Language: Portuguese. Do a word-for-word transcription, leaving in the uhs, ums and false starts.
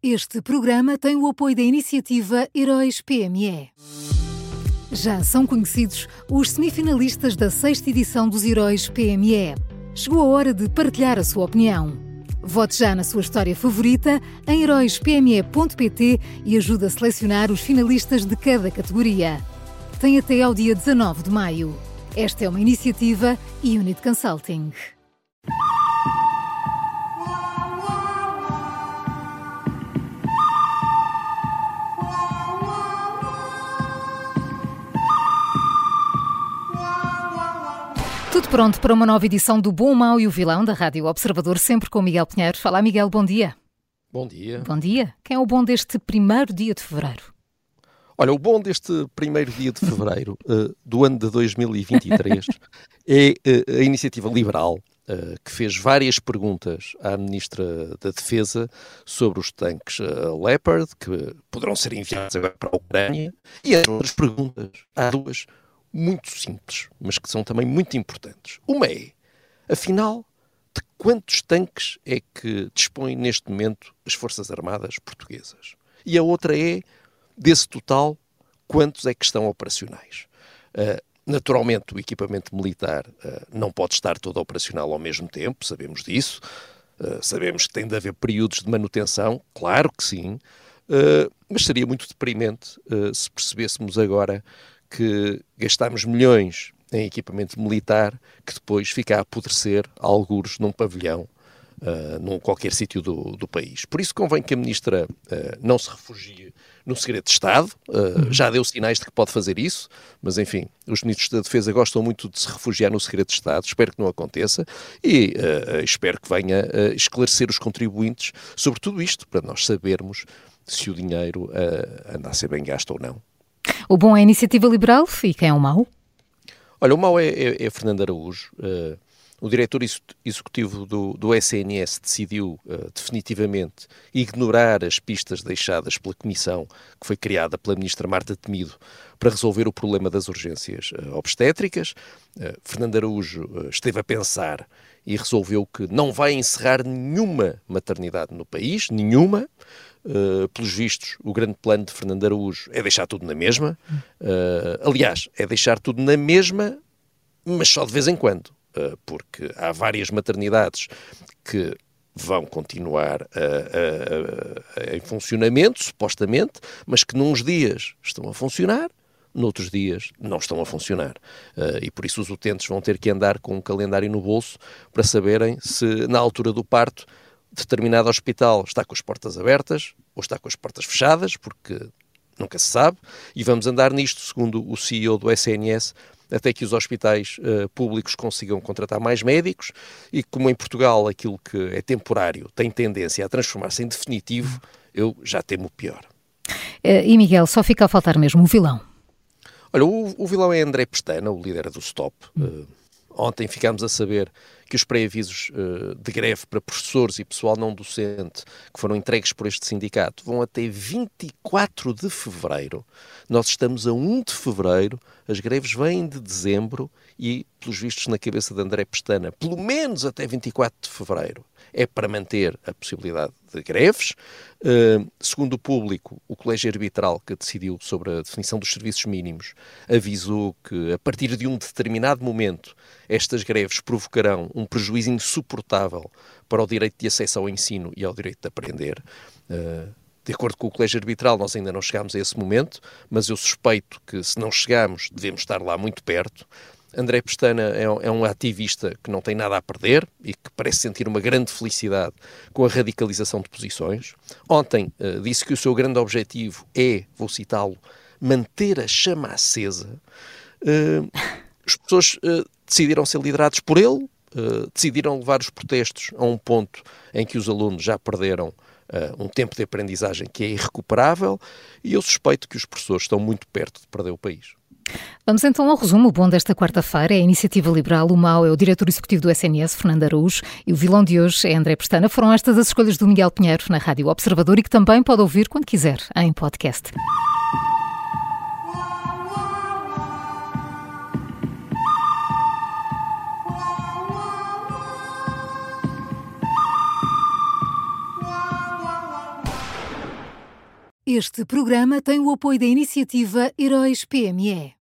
Este programa tem o apoio da iniciativa Heróis P M E. Já são conhecidos os semifinalistas da sexta edição dos Heróis P M E. Chegou a hora de partilhar a sua opinião. Vote já na sua história favorita em heróis p m e ponto p t e ajude a selecionar os finalistas de cada categoria. Tem até ao dia dezanove de maio. Esta é uma iniciativa Unit Consulting. Tudo pronto para uma nova edição do Bom, o Mau e o Vilão da Rádio Observador, sempre com Miguel Pinheiro. Olá, Miguel, bom dia. Bom dia. Bom dia. Quem é o bom deste primeiro dia de fevereiro? Olha, o bom deste primeiro dia de fevereiro uh, do ano de dois mil e vinte e três é uh, a iniciativa liberal, uh, que fez várias perguntas à Ministra da Defesa sobre os tanques uh, Leopard, que poderão ser enviados agora para a Ucrânia, e entre outras perguntas, há duas muito simples, mas que são também muito importantes. Uma é, afinal, de quantos tanques é que dispõem neste momento as Forças Armadas Portuguesas? E a outra é, desse total, quantos é que estão operacionais? Uh, naturalmente, o equipamento militar uh, não pode estar todo operacional ao mesmo tempo, sabemos disso. Uh, sabemos que tem de haver períodos de manutenção, claro que sim, uh, mas seria muito deprimente uh, se percebêssemos agora que gastámos milhões em equipamento militar que depois fica a apodrecer algures num pavilhão, uh, num qualquer sítio do, do país. Por isso convém que a Ministra uh, não se refugie no segredo de Estado, uh, já deu sinais de que pode fazer isso, mas enfim, os Ministros da Defesa gostam muito de se refugiar no segredo de Estado, espero que não aconteça e uh, espero que venha uh, esclarecer os contribuintes sobre tudo isto, para nós sabermos se o dinheiro uh, anda a ser bem gasto ou não. O bom é a iniciativa liberal e quem é o mau? Olha, o mau é, é, é Fernando Araújo. Uh, o diretor executivo do, do S N S decidiu uh, definitivamente ignorar as pistas deixadas pela comissão que foi criada pela ministra Marta Temido para resolver o problema das urgências uh, obstétricas. Uh, Fernando Araújo uh, esteve a pensar e resolveu que não vai encerrar nenhuma maternidade no país, nenhuma. Uh, pelos vistos, o grande plano de Fernando Araújo é deixar tudo na mesma. Uh, aliás, é deixar tudo na mesma, mas só de vez em quando. Uh, porque há várias maternidades que vão continuar uh, uh, uh, em funcionamento, supostamente, mas que nos dias estão a funcionar, noutros dias não estão a funcionar. Uh, e por isso os utentes vão ter que andar com um calendário no bolso para saberem se, na altura do parto, determinado hospital está com as portas abertas ou está com as portas fechadas, porque nunca se sabe, e vamos andar nisto, segundo o C E O do S N S, até que os hospitais uh, públicos consigam contratar mais médicos e como em Portugal aquilo que é temporário tem tendência a transformar-se em definitivo, eu já temo o pior. Uh, e Miguel, só fica a faltar mesmo o vilão. Olha, o, o vilão é André Pestana, o líder do Stop. Uh, Ontem ficámos a saber que os pré-avisos uh, de greve para professores e pessoal não docente que foram entregues por este sindicato vão até vinte e quatro de fevereiro. Nós estamos a um de fevereiro, as greves vêm de dezembro e, pelos vistos na cabeça de André Pestana, pelo menos até vinte e quatro de fevereiro é para manter a possibilidade de greves. Uh, segundo o público, o Colégio Arbitral, que decidiu sobre a definição dos serviços mínimos, avisou que a partir de um determinado momento estas greves provocarão um prejuízo insuportável para o direito de acesso ao ensino e ao direito de aprender. Uh, de acordo com o Colégio Arbitral, nós ainda não chegámos a esse momento, mas eu suspeito que se não chegarmos, devemos estar lá muito perto. André Pestana é, é um ativista que não tem nada a perder e que parece sentir uma grande felicidade com a radicalização de posições. Ontem uh, disse que o seu grande objetivo é, vou citá-lo, manter a chama acesa. Uh, as pessoas uh, decidiram ser liderados por ele, uh, decidiram levar os protestos a um ponto em que os alunos já perderam uh, um tempo de aprendizagem que é irrecuperável e eu suspeito que os professores estão muito perto de perder o país. Vamos então ao resumo. O bom desta quarta-feira é a iniciativa liberal, o mau é o diretor executivo do S N S, Fernando Araújo, e o vilão de hoje é André Pestana. Foram estas as escolhas do Miguel Pinheiro na Rádio Observador e que também pode ouvir quando quiser em podcast. Este programa tem o apoio da iniciativa Heróis P M E.